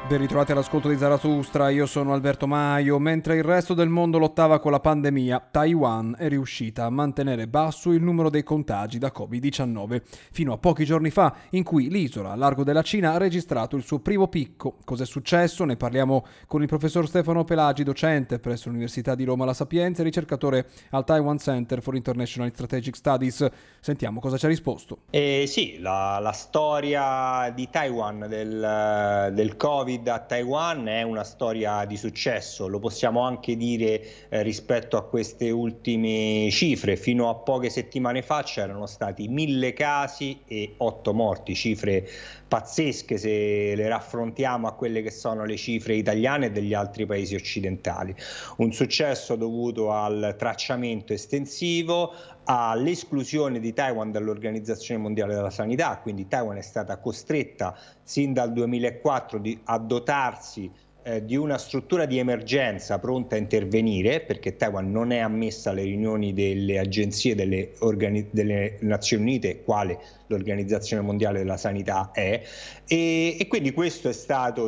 Ben ritrovati all'ascolto di Zarathustra, io sono Alberto Maio. Mentre il resto del mondo lottava con la pandemia, Taiwan è riuscita a mantenere basso il numero dei contagi da Covid-19, fino a pochi giorni fa, in cui l'isola a largo della Cina ha registrato il suo primo picco. Cos'è successo? Ne parliamo con il professor Stefano Pelagi, docente presso l'Università di Roma La Sapienza e ricercatore al Taiwan Center for International Strategic Studies. Sentiamo cosa ci ha risposto. Sì, la storia di Taiwan, del Covid a Taiwan è una storia di successo, lo possiamo anche dire rispetto a queste ultime cifre. Fino a poche settimane fa c'erano stati 1000 casi e 8 morti, cifre pazzesche se le raffrontiamo a quelle che sono le cifre italiane e degli altri paesi occidentali. Un successo dovuto al tracciamento estensivo, all'esclusione di Taiwan dall'Organizzazione Mondiale della Sanità, quindi Taiwan è stata costretta sin dal 2004 a dotarsi di una struttura di emergenza pronta a intervenire, perché Taiwan non è ammessa alle riunioni delle agenzie delle Nazioni Unite, quale l'Organizzazione Mondiale della Sanità è, e quindi questo è stato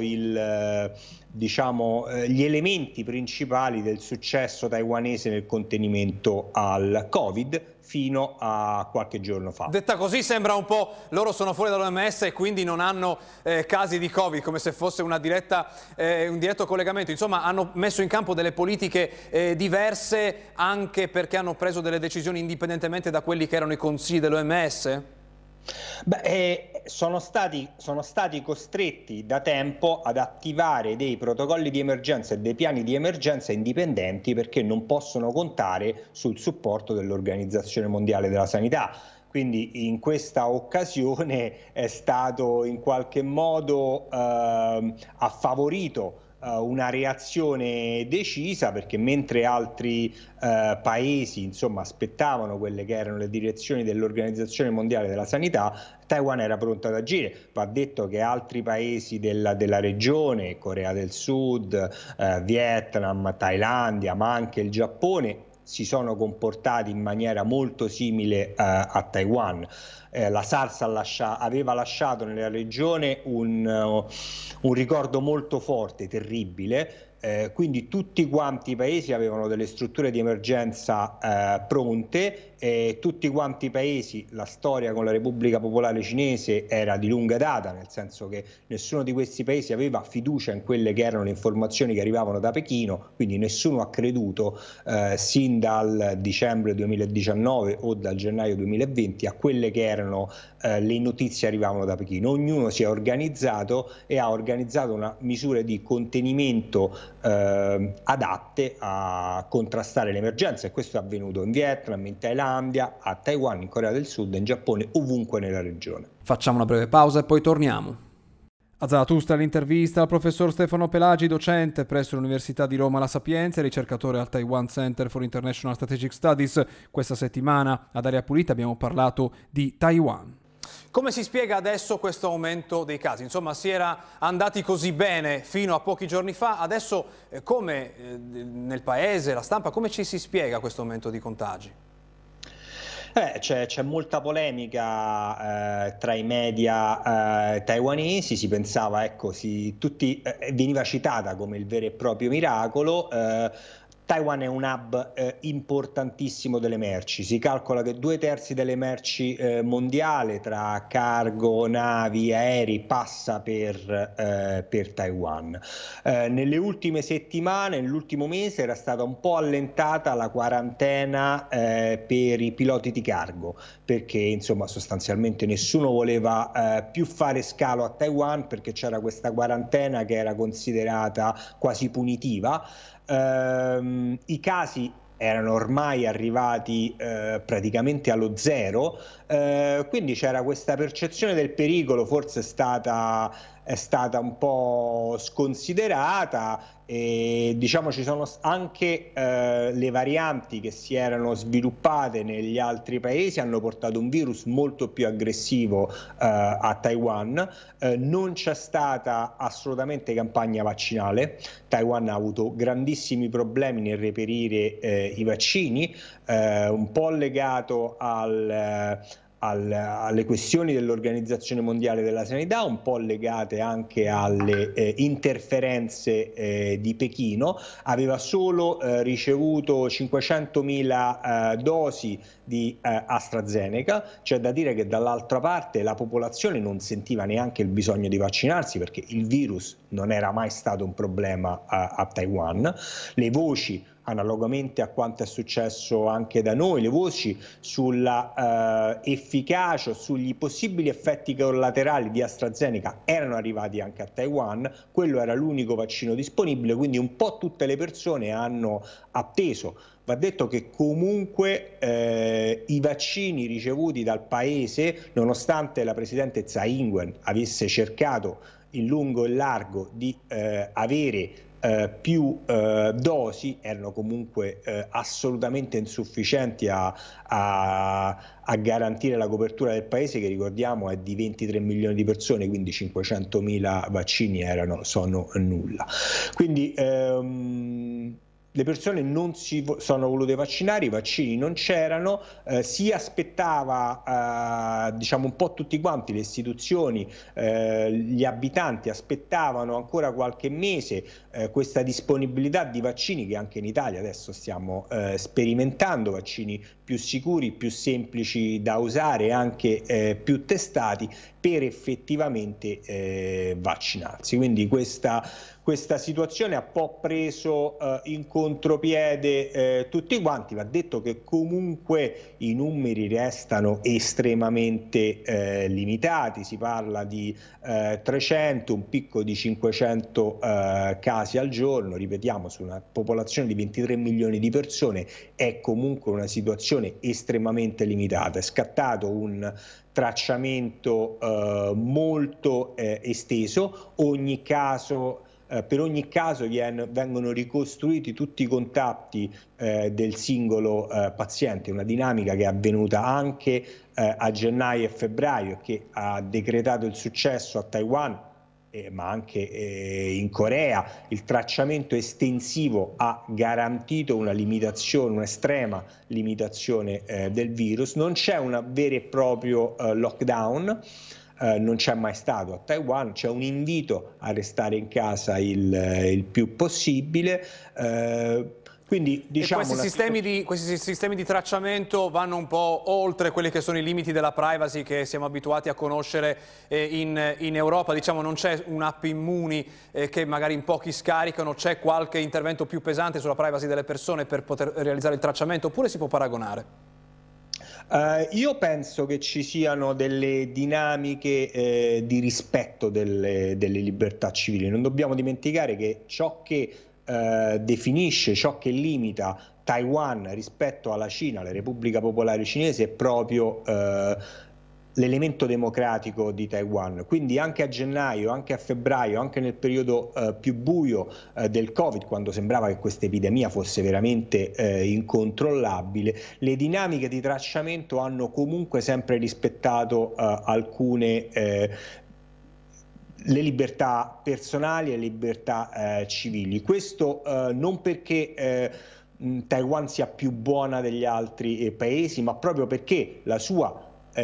gli elementi principali del successo taiwanese nel contenimento al Covid fino a qualche giorno fa. Detta così sembra un po' loro sono fuori dall'OMS e quindi non hanno casi di Covid, come se fosse un diretto collegamento. Insomma, hanno messo in campo delle politiche diverse anche perché hanno preso delle decisioni indipendentemente da quelli che erano i consigli dell'OMS? Sono stati costretti da tempo ad attivare dei protocolli di emergenza e dei piani di emergenza indipendenti, perché non possono contare sul supporto dell'Organizzazione Mondiale della Sanità. Quindi in questa occasione è stato in qualche modo affavorito una reazione decisa, perché mentre altri paesi insomma aspettavano quelle che erano le direzioni dell'Organizzazione Mondiale della Sanità, Taiwan era pronto ad agire. Va detto che altri paesi della regione, Corea del Sud, Vietnam, Thailandia, ma anche il Giappone, si sono comportati in maniera molto simile a Taiwan. La SARS aveva lasciato nella regione un ricordo molto forte, terribile. Quindi tutti quanti i paesi avevano delle strutture di emergenza pronte, tutti quanti i paesi, la storia con la Repubblica Popolare Cinese era di lunga data, nel senso che nessuno di questi paesi aveva fiducia in quelle che erano le informazioni che arrivavano da Pechino, quindi nessuno ha creduto sin dal dicembre 2019 o dal gennaio 2020 a quelle che erano le notizie che arrivavano da Pechino. Ognuno si è organizzato e ha organizzato una misura di contenimento adatte a contrastare l'emergenza, e questo è avvenuto in Vietnam, in Thailandia, a Taiwan, in Corea del Sud, in Giappone, ovunque nella regione. Facciamo una breve pausa e poi torniamo. A Zarathustra l'intervista al professor Stefano Pelagi, docente presso l'Università di Roma La Sapienza e ricercatore al Taiwan Center for International Strategic Studies. Questa settimana ad Aria Pulita abbiamo parlato di Taiwan. Come si spiega adesso questo aumento dei casi? Insomma, si era andati così bene fino a pochi giorni fa, adesso come nel paese, la stampa, come ci si spiega questo aumento di contagi? C'è molta polemica tra i media taiwanesi, si pensava, ecco, veniva citata come il vero e proprio miracolo. Taiwan è un hub importantissimo delle merci, si calcola che 2/3 delle merci mondiali tra cargo, navi, aerei passa per Taiwan. Nelle ultime settimane, nell'ultimo mese era stata un po' allentata la quarantena per i piloti di cargo, perché insomma sostanzialmente nessuno voleva più fare scalo a Taiwan, perché c'era questa quarantena che era considerata quasi punitiva. I casi erano ormai arrivati praticamente allo zero, quindi c'era questa percezione del pericolo, forse è stata un po' sconsiderata, e diciamo ci sono anche le varianti che si erano sviluppate negli altri paesi, hanno portato un virus molto più aggressivo a Taiwan. Non c'è stata assolutamente campagna vaccinale. Taiwan ha avuto grandissimi problemi nel reperire i vaccini, un po' legato alle questioni dell'Organizzazione Mondiale della Sanità, un po' legate anche alle interferenze di Pechino. Aveva solo ricevuto 500.000 dosi di AstraZeneca. C'è da dire che dall'altra parte la popolazione non sentiva neanche il bisogno di vaccinarsi, perché il virus non era mai stato un problema a Taiwan. Le voci, analogamente a quanto è successo anche da noi, le voci sulla efficacia, sugli possibili effetti collaterali di AstraZeneca erano arrivati anche a Taiwan. Quello era l'unico vaccino disponibile, quindi un po' tutte le persone hanno atteso. Va detto che comunque i vaccini ricevuti dal paese, nonostante la presidente Tsai Ing-wen avesse cercato in lungo e largo di avere più dosi, erano comunque assolutamente insufficienti a garantire la copertura del paese, che ricordiamo è di 23 milioni di persone, quindi 500.000 vaccini sono nulla. Quindi le persone non si sono volute vaccinare, i vaccini non c'erano, si aspettava, diciamo un po' tutti quanti, le istituzioni, gli abitanti aspettavano ancora qualche mese questa disponibilità di vaccini che anche in Italia adesso stiamo sperimentando, vaccini più sicuri, più semplici da usare, anche più testati, per effettivamente vaccinarsi. Quindi questa situazione ha un po' preso in contropiede tutti quanti. Va detto che comunque i numeri restano estremamente limitati, si parla di 300, un picco di 500 casi al giorno, ripetiamo, su una popolazione di 23 milioni di persone è comunque una situazione estremamente limitata. È scattato un tracciamento molto esteso, per ogni caso vengono ricostruiti tutti i contatti del singolo paziente, una dinamica che è avvenuta anche a gennaio e febbraio e che ha decretato il successo a Taiwan, ma anche in Corea. Il tracciamento estensivo ha garantito una limitazione, un'estrema limitazione del virus. Non c'è un vero e proprio lockdown, non c'è mai stato a Taiwan, c'è un invito a restare in casa il più possibile. Quindi diciamo questi sistemi di tracciamento vanno un po' oltre quelli che sono i limiti della privacy che siamo abituati a conoscere in Europa. Diciamo, non c'è un'app Immuni che magari in pochi scaricano, c'è qualche intervento più pesante sulla privacy delle persone per poter realizzare il tracciamento, oppure si può paragonare? Io penso che ci siano delle dinamiche di rispetto delle libertà civili. Non dobbiamo dimenticare che ciò che definisce, ciò che limita Taiwan rispetto alla Cina, la Repubblica Popolare Cinese, è proprio l'elemento democratico di Taiwan. Quindi anche a gennaio, anche a febbraio, anche nel periodo più buio del Covid, quando sembrava che questa epidemia fosse veramente incontrollabile, le dinamiche di tracciamento hanno comunque sempre rispettato alcune le libertà personali e le libertà civili. Questo non perché Taiwan sia più buona degli altri paesi, ma proprio perché la sua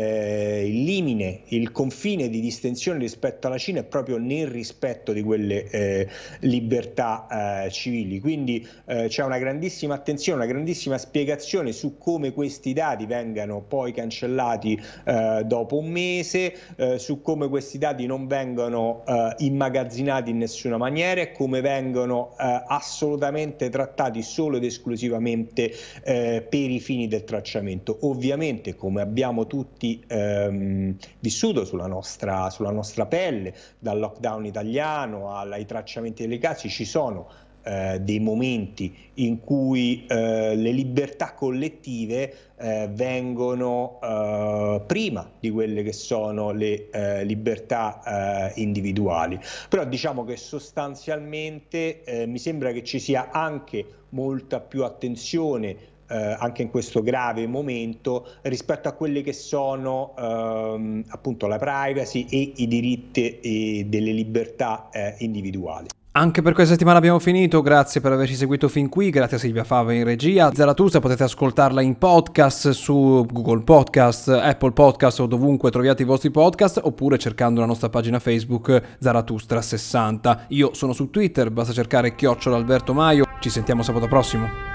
il confine di distensione rispetto alla Cina è proprio nel rispetto di quelle libertà civili. Quindi c'è una grandissima attenzione, una grandissima spiegazione su come questi dati vengano poi cancellati dopo un mese, su come questi dati non vengono immagazzinati in nessuna maniera e come vengono assolutamente trattati solo ed esclusivamente per i fini del tracciamento. Ovviamente, come abbiamo tutti vissuto sulla nostra pelle, dal lockdown italiano ai tracciamenti dei casi, ci sono dei momenti in cui le libertà collettive vengono prima di quelle che sono le libertà individuali. Però diciamo che sostanzialmente mi sembra che ci sia anche molta più attenzione anche in questo grave momento rispetto a quelle che sono appunto la privacy e i diritti delle libertà individuali. Anche per questa settimana abbiamo finito, grazie per averci seguito fin qui, grazie a Silvia Fava in regia. Zarathustra potete ascoltarla in podcast su Google Podcast, Apple Podcast o dovunque troviate i vostri podcast, oppure cercando la nostra pagina Facebook Zarathustra 60. Io sono su Twitter, basta cercare @AlbertoMaio. Ci sentiamo sabato prossimo.